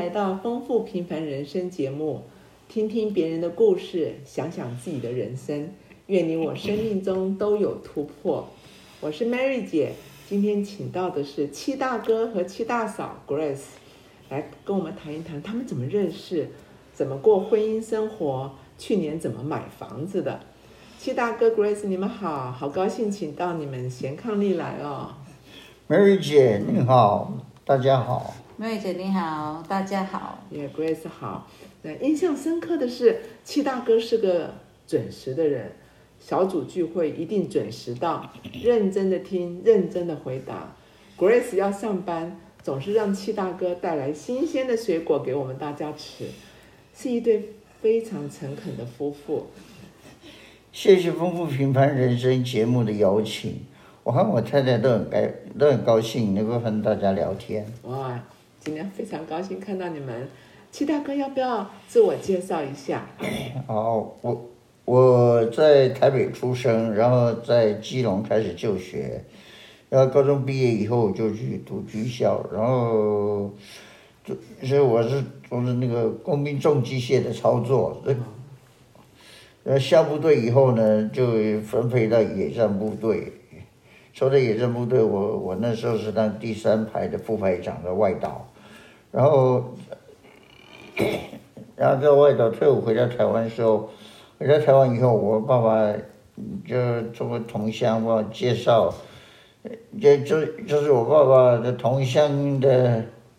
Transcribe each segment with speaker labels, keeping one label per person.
Speaker 1: 来到丰富平凡人生节目，听听别人的故事，想想自己的人生。愿你我生命中都有突破。我是 Mary 姐，今天请到的是七大哥和七大嫂 Grace， 来跟我们谈一谈他们怎么认识，怎么过婚姻生活，去年怎么买房子的。七大哥 Grace， 你们好，好高兴请到你们贤伉俪来哦。
Speaker 2: Mary 姐你好，大家好。
Speaker 3: Mary 姐你好，大家好。
Speaker 1: Grace 好。印象深刻的是，七大哥是个准时的人，小组聚会一定准时到，认真的听，认真的回答。Grace 要上班，总是让七大哥带来新鲜的水果给我们大家吃，是一对非常诚恳的夫妇。
Speaker 2: 谢谢丰富平凡人生节目的邀请，我和我太太都很高兴能够和大家聊天。
Speaker 1: 哇，今天非常高兴看到你们。七大哥要不要自我介绍一下？
Speaker 2: 好，我在台北出生，然后在基隆开始就学，然后高中毕业以后就去读军校，然后所以我是从事那个工兵重机械的操作。下部队以后呢，就分配到野战部队。抽到野战部队，我那时候是当第3排的副排长的外岛，然后在外岛退伍回到台湾的时候，回到台湾以后，我爸爸就通过同乡帮我介绍，就是我爸爸的同乡的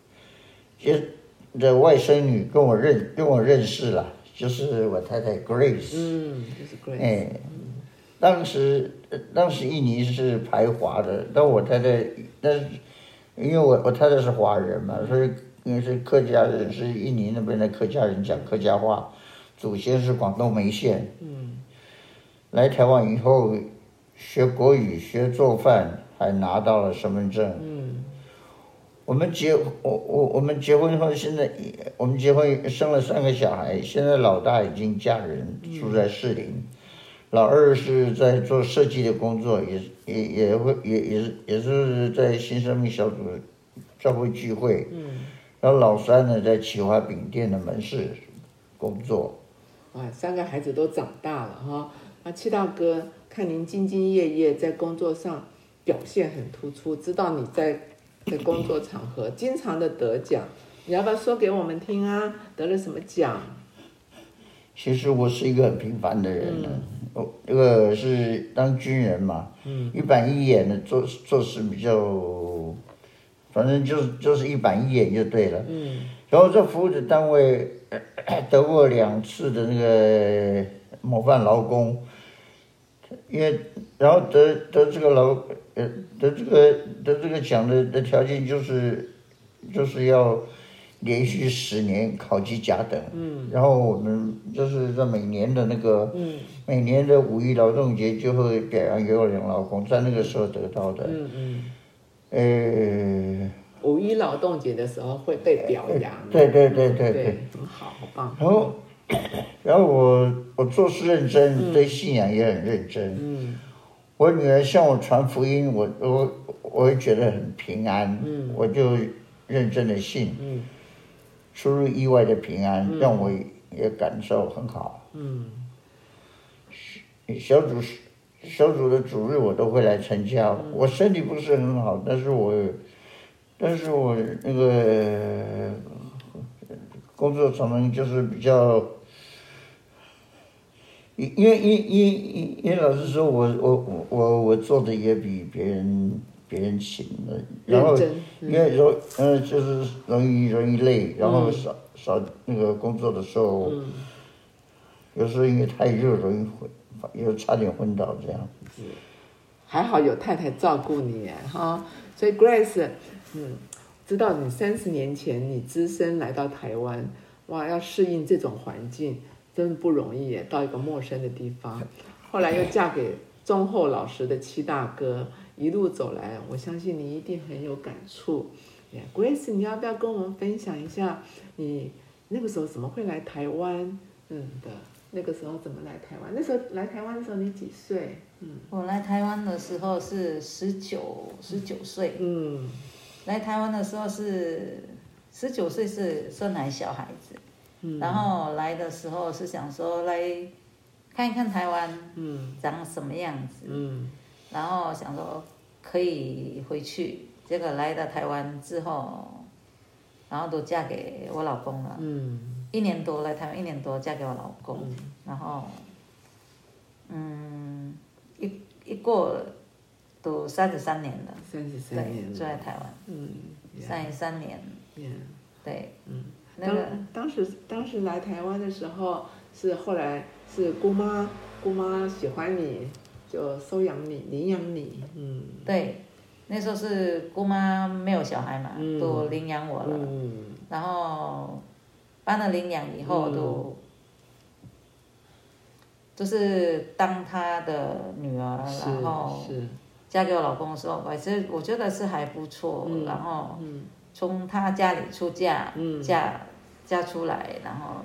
Speaker 2: 外甥女跟我认识了。就是我太太 Grace，
Speaker 1: 就是 Grace。
Speaker 2: 当时印尼是排华的，但是因为我太太是华人嘛，所以因为是客家人，是印尼那边的客家人讲客家话，祖先是广东梅县。来台湾以后学国语，学做饭，还拿到了身份证。我们结婚后，现在我们结婚生了3个小孩，现在老大已经嫁人，住在士林，老二是在做设计的工作，也是在新生命小组教会聚会，然后老三呢在启华饼店的门市工作。
Speaker 1: 哇，3个孩子都长大了哈。那七大哥看您兢兢业业，在工作上表现很突出，知道你在工作场合经常的得奖，你要不要说给我们听啊？得了什么奖？
Speaker 2: 其实我是一个很平凡的人呢，这个是当军人嘛，一板一眼的做事比较，反正就是一板一眼就对了。然后这服务的单位得过2次的那个模范劳工，因为然后得这个奖的条件就是要连续10年考级甲等。然后我们就是在每年的5一劳动节就会表扬优良劳工，在那个时候得到的。
Speaker 1: 5一劳动节的时候会被表扬。
Speaker 2: 对，
Speaker 1: 很好，好棒。
Speaker 2: 然后我做事认真，对信仰也很认真。我女儿向我传福音，我会觉得很平安，我就认真的信，出入意外的平安，让我也感受很好。小组的主日我都会来参加。我身体不是很好，但是我那个工作常常就是比较。因为老实说，我做的也比别人勤了，然后因为就是容易累，然后少那个工作的时候，有时候因为太热有差点昏倒这样。
Speaker 1: 还好有太太照顾你哈，所以 Grace，知道你30年前你只身来到台湾，哇，要适应这种环境。真的不容易耶，到一个陌生的地方，后来又嫁给忠厚老实的七大哥，一路走来，我相信你一定很有感触。Grace， 你要不要跟我们分享一下你那个时候怎么会来台湾？那个时候怎么来台湾？那时候来台湾的时候你几岁？
Speaker 3: 我来台湾的时候是19岁。来台湾的时候是 19岁是生还小孩子，然后来的时候是想说来看一看台湾，长什么样子，然后想说可以回去，结果来到台湾之后，然后都嫁给我老公了，1年多来台湾1年多嫁给我老公，然后一过都33年了
Speaker 1: ，33年了，
Speaker 3: 住在台湾，33年，对，那个
Speaker 1: 当时来台湾的时候，是后来是姑妈喜欢你，就收养你、领养你，
Speaker 3: 对，那时候是姑妈没有小孩嘛，都领养我了，然后帮了领养以后就是当她的女儿，然后嫁给我老公的时候，我觉得是还不错，然后从她家里出嫁，嫁出来，然后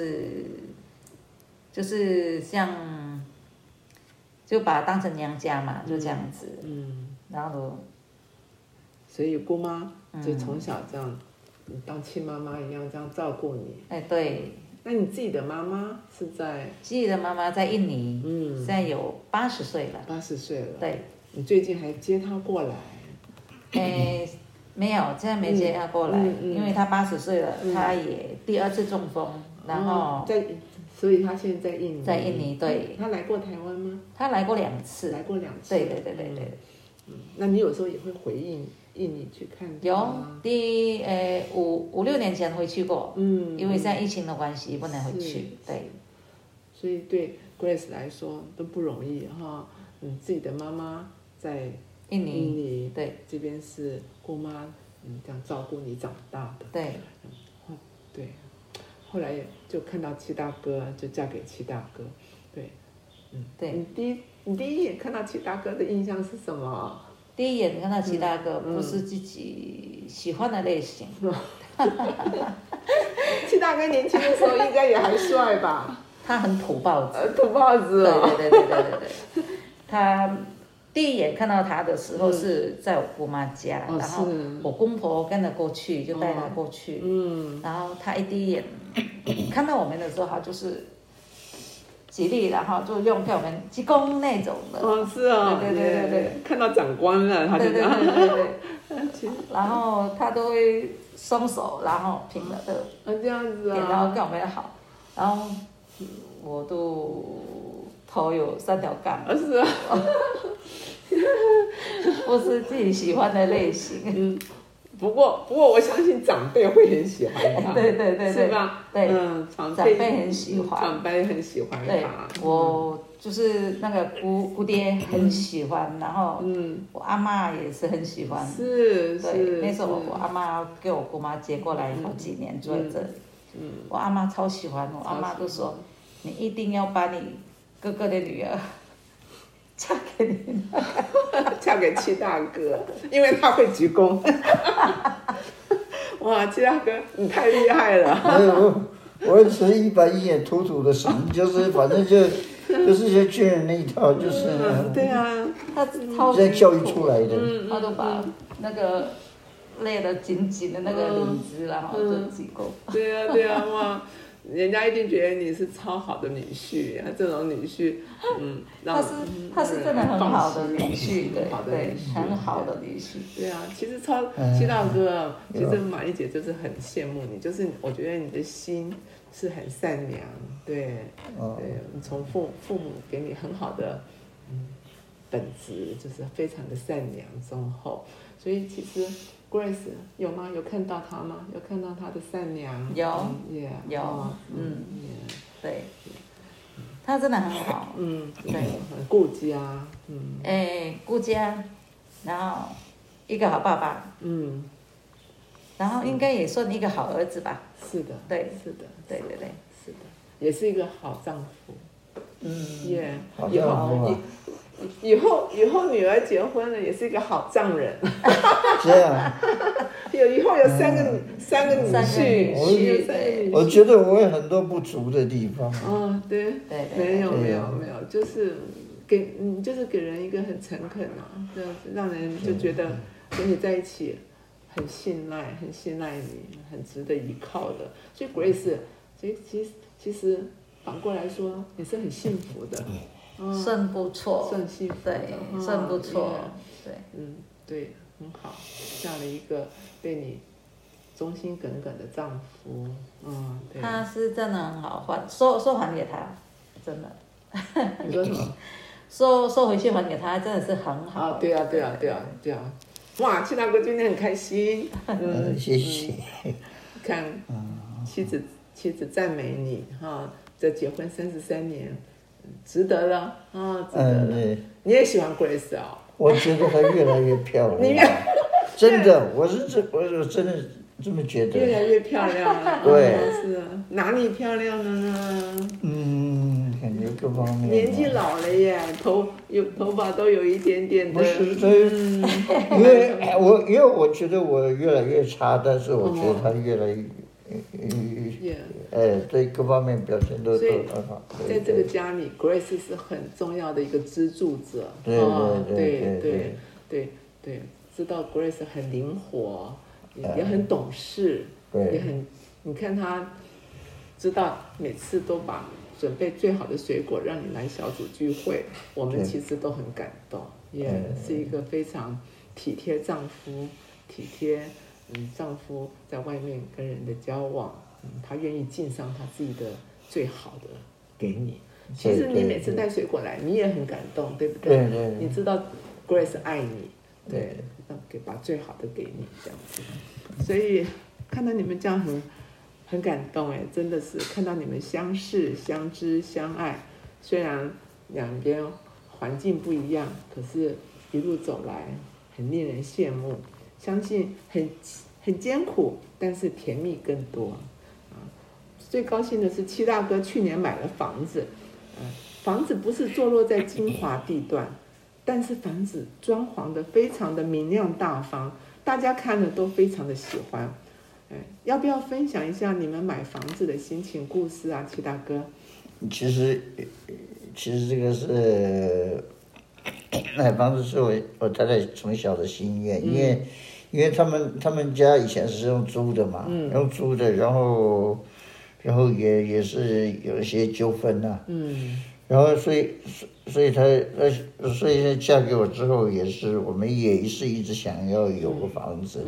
Speaker 3: 就是像就把它当成娘家嘛，就这样子，然后
Speaker 1: 所以姑妈就从小这样当亲妈妈一样这样照顾你。
Speaker 3: 哎，对。
Speaker 1: 那你自己的妈妈是在？
Speaker 3: 自己的妈妈在印尼，现在有80岁了。
Speaker 1: 80岁了。
Speaker 3: 对。
Speaker 1: 你最近还接她过来？
Speaker 3: 没有，现在没接她过来，因为她80岁了，她也第2次中风，然后
Speaker 1: 所以她现在在印尼。
Speaker 3: 在印尼，对。
Speaker 1: 她来过台湾吗？
Speaker 3: 她来过2次。
Speaker 1: 来过2次。
Speaker 3: 对。
Speaker 1: 那你有时候也会回印尼去看她吗？
Speaker 3: 有，5-6年前回去过，因为现在疫情的关系不能回去，对。
Speaker 1: 所以对 Grace 来说都不容易哈，自己的妈妈在印尼，
Speaker 3: 对，
Speaker 1: 这边是姑妈，这样照顾你长大的，
Speaker 3: 对，
Speaker 1: 对，后来就看到七大哥，就嫁给七大哥，对，
Speaker 3: 对。
Speaker 1: 你第一眼看到七大哥的印象是什么？
Speaker 3: 第一眼看到七大哥不是自己喜欢的类型。
Speaker 1: 七大哥年轻的时候应该也还帅吧？
Speaker 3: 他很土包子。
Speaker 1: 土包子哦。
Speaker 3: 对。他第一眼看到他的时候是在我姑妈家，然后我公婆跟着过去，就带他过去。然后他第一眼看到我们的时候，他就是极力，然后就用给我们鞠躬那种的。
Speaker 1: 是哦。对。看到长官了，他就这样。
Speaker 3: 对。然后他都会松手，然后平了的。
Speaker 1: 这样子啊。
Speaker 3: 然后跟我们好，然后我都头有3条杠。
Speaker 1: 是啊。
Speaker 3: 不是自己喜欢的类型。
Speaker 1: 不过我相信长辈会很喜欢他。
Speaker 3: 对。
Speaker 1: 是吧？
Speaker 3: 对。长辈很喜欢。
Speaker 1: 长辈很喜欢他。
Speaker 3: 对，我就是那个姑爹很喜欢，然后我阿嬷也是很喜欢。
Speaker 1: 是。
Speaker 3: 对，那时候我阿嬷给我姑妈接过来好几年住在这里。我阿嬷超喜欢，我阿嬷都说你一定要把你哥哥的女儿嫁给你，
Speaker 1: 嫁给七大哥，因为他会鞠躬。哇，七大哥，你太厉害了！
Speaker 2: 没有，我只是一板一眼土土的神，就是反正就是些军人那一套，就是。
Speaker 1: 对啊，
Speaker 3: 他超
Speaker 2: 在教育出来的。
Speaker 3: 他都把那个勒得紧紧的那个领子，然后就鞠躬。
Speaker 1: 对啊，哇！人家一定觉得你是超好的女婿，这种女婿，
Speaker 3: 他是真的很好的女婿，对，很好的女婿。
Speaker 1: 对啊，其实七大哥，其实马丽姐就是很羡慕你，就是我觉得你的心是很善良，对，你从父母给你很好的本质，就是非常的善良忠厚，所以其实。Grace 有吗？有看到他吗？有看到他的善良？
Speaker 3: 有，对，他真的很好，对，
Speaker 1: 很顾家，
Speaker 3: 顾家，然后一个好爸爸，然后应该也算一个好儿子吧。
Speaker 1: 是的，
Speaker 3: 对，
Speaker 1: 是的，
Speaker 3: 对，
Speaker 1: 是的，也是一个好丈夫，
Speaker 2: 好丈夫啊。
Speaker 1: 以后女儿结婚了，也是一个好丈人。
Speaker 2: 这样。
Speaker 1: 以后有三个女婿。
Speaker 2: 我觉得我有很多不足的地方。
Speaker 1: 对，没有，就是给人一个很诚恳啊，让人就觉得跟你在一起很信赖你，很值得依靠的。所以 Grace， 所以其实反过来说，也是很幸福的。
Speaker 3: 算不错，
Speaker 1: 算幸福的，
Speaker 3: 对，算不错，对，
Speaker 1: 对，很好，嫁了一个对你忠心耿耿的丈夫，对。
Speaker 3: 他是真的很好，说还给他，真的。
Speaker 1: 你说什么？
Speaker 3: 说回去还给他，真的是很好。
Speaker 1: 对啊。哇，七大哥今天很开心。
Speaker 2: 谢谢。
Speaker 1: 看，妻子赞美你哈，这结婚33年。值得了值得了。你也喜欢 Grace 哦？
Speaker 2: 我觉得她越来越漂亮。真的，我真的这么觉得。
Speaker 1: 越来越漂亮了。
Speaker 2: 对。
Speaker 1: 是啊，哪里漂亮了呢？
Speaker 2: 感觉各方面。
Speaker 1: 年纪老了耶，头发都有一点点的。
Speaker 2: 不是，因为我觉得我越来越差，但是我觉得她越来越。对各方面表现都很好。
Speaker 1: 在这个家里 ，Grace 是很重要的一个支柱者。对，知道 Grace 很灵活，也很懂事，也很，你看她知道每次都把准备最好的水果让你来小组聚会，我们其实都很感动，也是一个非常体贴丈夫，体贴。丈夫在外面跟人的交往，他愿意尽上他自己的最好的给你。其实你每次带水果来，你也很感动，对不对？
Speaker 2: 对。
Speaker 1: 你知道 Grace 爱你，对，把最好的给你这样子。所以看到你们这样很感动哎，真的是看到你们相识、相知、相爱。虽然两边环境不一样，可是一路走来很令人羡慕。相信很艰苦，但是甜蜜更多。最高兴的是七大哥去年买了房子，房子不是坐落在精华地段，但是房子装潢的非常的明亮大方，大家看了都非常的喜欢。要不要分享一下你们买房子的心情故事啊，七大哥？
Speaker 2: 其实这个是买房子是我太太从小的心愿，因为他们家以前是用租的嘛，用租的，然后也是有一些纠纷呐，然后所以嫁给我之后我们也是一直想要有个房子，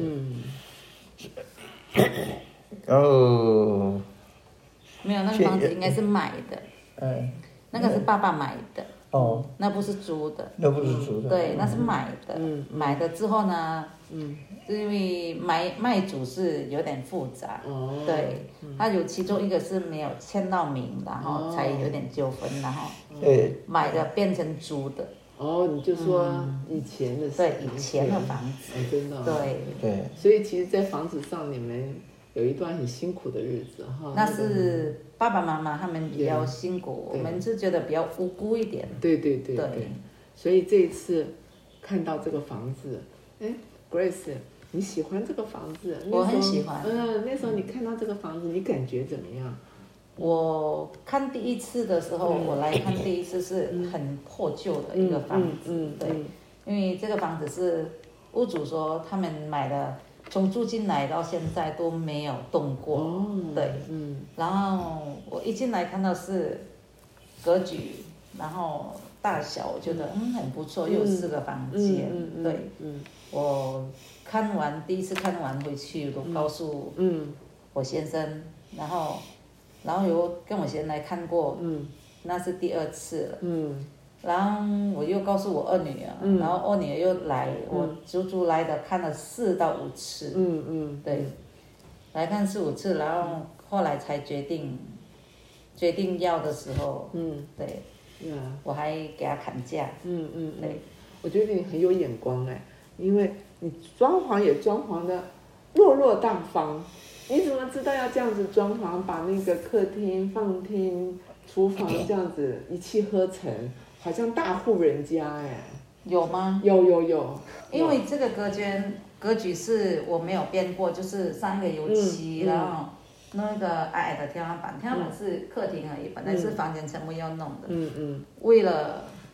Speaker 2: 然后
Speaker 3: 没有，那个房子应该是买的，那个是爸爸买的。那不是租的。
Speaker 2: 那不是租的。
Speaker 3: 对，那是买的。买的之后呢，是因为卖主是有点复杂。对，他有其中一个是没有签到名，然后才有点纠纷，然后买的变成租的。
Speaker 1: 你就说以前的事。
Speaker 3: 对，以前的房子。
Speaker 1: 真的。
Speaker 3: 对。
Speaker 1: 所以其实，在房子上你们有一段很辛苦的日子哈。
Speaker 3: 那是爸爸妈妈他们比较辛苦，我们是觉得比较无辜一点。
Speaker 1: 对。所以这一次看到这个房子，Grace， 你喜欢这个房子？
Speaker 3: 我很喜欢。
Speaker 1: 那时候你看到这个房子，你感觉怎么样？
Speaker 3: 我看第一次的时候，我来看第一次是很破旧的一个房子，对，因为这个房子是屋主说他们买的。从住进来到现在都没有动过，对，然后我一进来看到是格局，然后大小我觉得很不错，又是个房间，对，我第一次看完回去，我告诉我先生，然后有跟我先生来看过，那是第2次了，然后我又告诉我二女儿，然后二女儿又来，我足足来的看了4到5次，对，来看4、5次，然后后来才决定要的时候，对，我还给他砍价，对，
Speaker 1: 我觉得你很有眼光因为你装潢也装潢的落大方，你怎么知道要这样子装潢，把那个客厅、放厅、厨房这样子一气呵成？好像大户人家
Speaker 3: 有吗？
Speaker 1: 有，
Speaker 3: 因为这个格局是我没有变过，就是3个油漆，然后那个矮矮的天花板是客厅而已，本来是房间全部要弄的，为了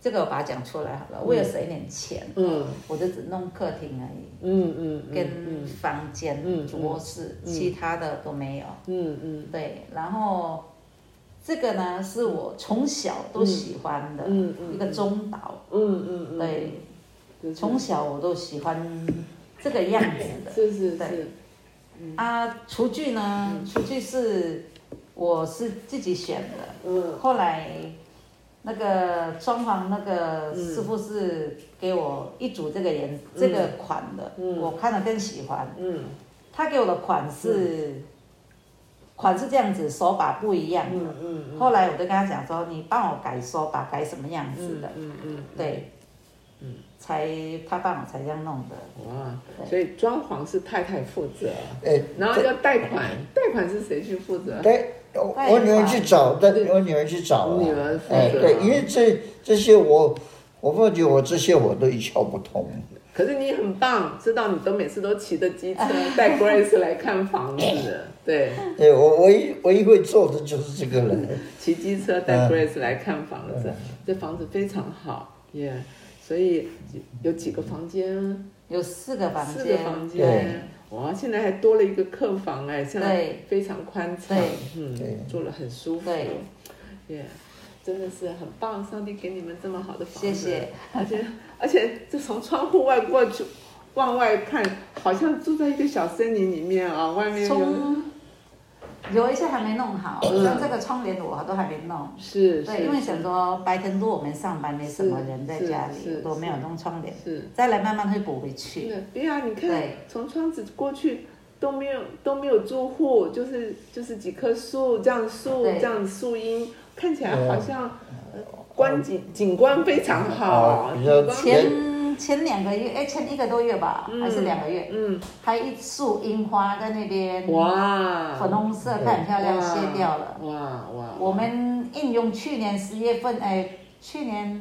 Speaker 3: 这个我把它讲出来好了，为了省一点钱，我就只弄客厅而已，跟房间、桌子，其他的都没有，对，然后这个呢是我从小都喜欢的一个中岛，对，从小我都喜欢这个样子的，对，厨具呢，厨具我是自己选的，后来那个装潢那个师傅是给我一组这个款的，我看了更喜欢，他给我的款是这样子，手把不一样的，后来我就跟他讲说，你帮我改手把，改什么样子的，对，他帮我才这样弄的。
Speaker 1: 哇，所以装潢是太太负责，然后要贷款是谁去负责？
Speaker 2: 我女儿去找，我女儿去找了。
Speaker 1: 女儿负责。
Speaker 2: 对，因为这些我发觉我这些我都一窍不通。
Speaker 1: 可是你很棒，知道你每次都骑着机车带 Grace 来看房子，对。
Speaker 2: 对，我唯一会做的就是这个了。
Speaker 1: 骑机车带 Grace 来看房子，这房子非常好，耶。所以有几个房间？
Speaker 3: 有4个房间。
Speaker 1: 4个房间。哇，现在还多了一个客房哎，现在非常宽敞，住了很舒服，耶，真的是很棒，上帝给你们这么好的房子，
Speaker 3: 谢谢。
Speaker 1: 而且这从窗户外过去往外看，好像住在一个小森林里面啊，外面
Speaker 3: 有一些还没弄好，像这个窗帘我都还没弄。对，因为想说白天如果我们上班没什么人在家里，都没有弄窗帘，再来慢慢会补回去。
Speaker 1: 对啊，你看从窗子过去都没有住户，就是几棵树这样树荫，看起来好像景观非常好。前2个月，前1个多月吧，还是2个月，还一束樱花在那边，哇，粉红色，看很漂亮，谢掉了，哇，我们应用去年10月份，去年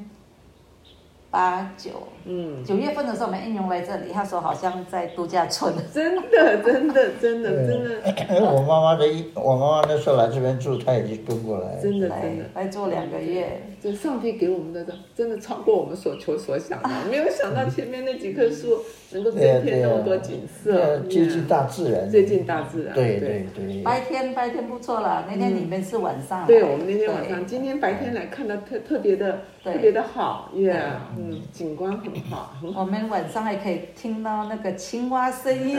Speaker 1: 8、9月份的时候，我们应用来这里，他说好像在度假村，真的。
Speaker 2: 我妈妈那时候来这边住，她也就跟过来，
Speaker 1: 真的
Speaker 3: 来住2个月。
Speaker 1: 这上帝给我们的真的超过我们所求所想的，没有想到前面那几棵树能够增添那么多景色，
Speaker 2: 接近大自然。对。
Speaker 3: 白天不错了，那天你们是晚上。
Speaker 1: 对，我们那天晚上，今天白天来看到特别的好，景观很好。
Speaker 3: 我们晚上还可以听到那个青蛙声音。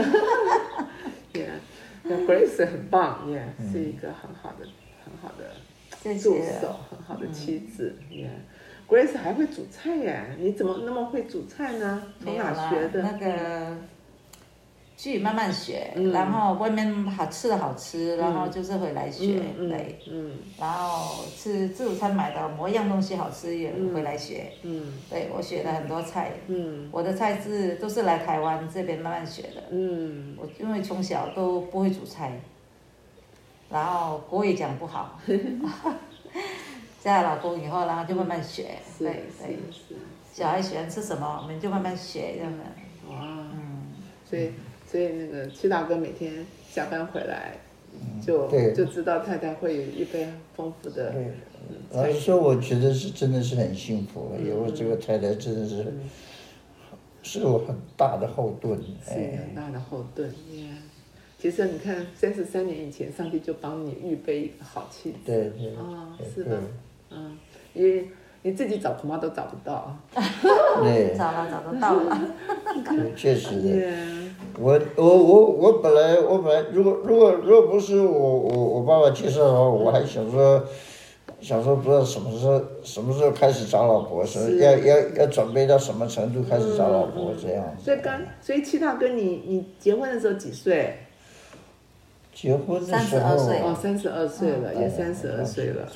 Speaker 1: 那 Grace 很棒，是一个很好的助手，很好的妻子。Grace 还会煮菜耶，你怎么那么会煮菜呢？从哪学的？
Speaker 3: 那个自己慢慢学，然后外面好吃的好吃，然后就是回来学，对，然后吃自助餐买的某一样东西好吃也回来学，对，我学了很多菜，我的菜都是来台湾这边慢慢学的，我因为从小都不会煮菜，然后国语讲不好，嫁了老公以后，然后就慢慢学，对，小孩喜欢吃什么，我们就慢慢学这样的。
Speaker 1: 哇，所以那个七大哥每天下班回来，就知道太太会有一杯丰富的。
Speaker 2: 老实说，我觉得真的是很幸福，有我这个太太真的是我很大的后盾。
Speaker 1: 是很大的后盾。其实你看，33年以前，上帝就帮你预备一个好妻子。
Speaker 2: 对。
Speaker 1: 是吧？因为你自己找恐怕都找不到。
Speaker 2: 对。
Speaker 3: 找得到了。
Speaker 2: 确实的。我本来如果不是我爸爸介绍的话，我还想说不知道什么时候开始找老婆，要准备到什么程度开始找老婆这样。
Speaker 1: 所以七大哥，你结婚的时候几岁？
Speaker 2: 结婚的时候
Speaker 1: 32岁了，也32岁了。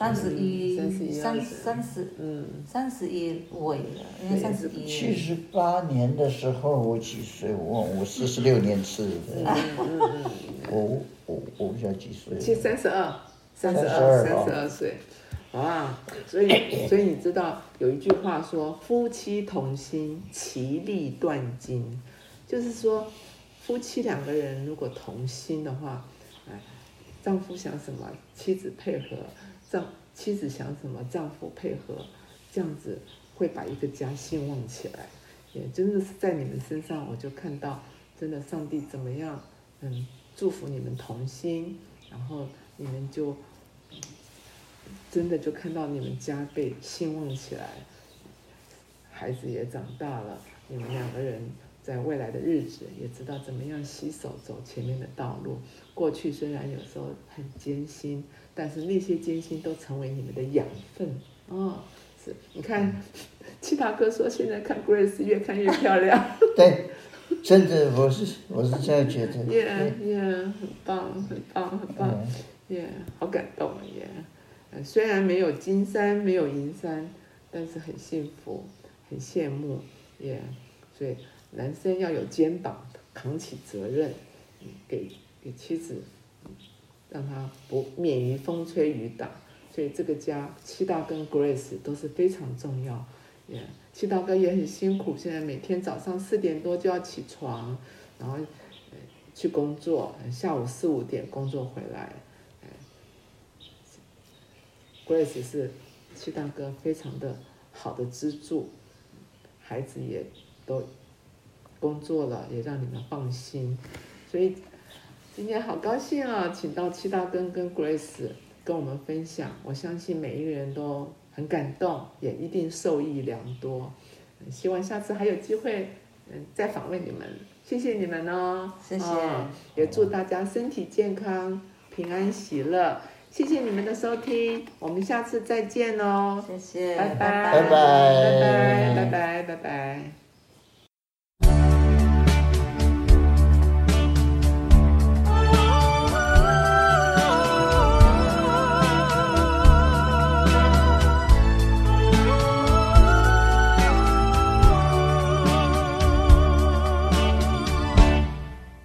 Speaker 3: 31尾了，因为31。
Speaker 2: 78年的时候我几岁？我46年次的。我不知道几岁。
Speaker 1: 32岁。哇，所以你知道有一句话说夫妻同心，其利断金，就是说夫妻2个人如果同心的话，丈夫想什么妻子配合，妻子想什么丈夫配合，这样子会把一个家兴旺起来。也真的是在你们身上，我就看到真的上帝怎么样，祝福你们同心，然后你们就真的就看到你们家被兴旺起来，孩子也长大了，你们2个人在未来的日子也知道怎么样携手走前面的道路。过去虽然有时候很艰辛，但是那些艰辛都成为你们的养分是，你看，七大哥说现在看 Grace 越看越漂亮。
Speaker 2: 对，真的，我是这样觉得。
Speaker 1: 很棒，很棒，很棒，好感动虽然没有金山，没有银山，但是很幸福，很羡慕所以男生要有肩膀，扛起责任，给妻子，让他不免于风吹雨打。所以这个家，七大跟 Grace 都是非常重要。七大哥也很辛苦，现在每天早上4点多就要起床，然后去工作，下午4、5点工作回来。Grace 是七大哥非常的好的支柱，孩子也都工作了，也让你们放心。所以今天好高兴请到七大哥跟 Grace 跟我们分享，我相信每一个人都很感动，也一定受益良多。希望下次还有机会再访问你们，谢谢你们
Speaker 3: 谢谢
Speaker 1: 也祝大家身体健康，平安喜乐。谢谢你们的收听，我们下次再见
Speaker 3: 谢谢，
Speaker 1: 拜拜，
Speaker 2: 拜拜，
Speaker 1: 拜拜，拜拜，拜拜。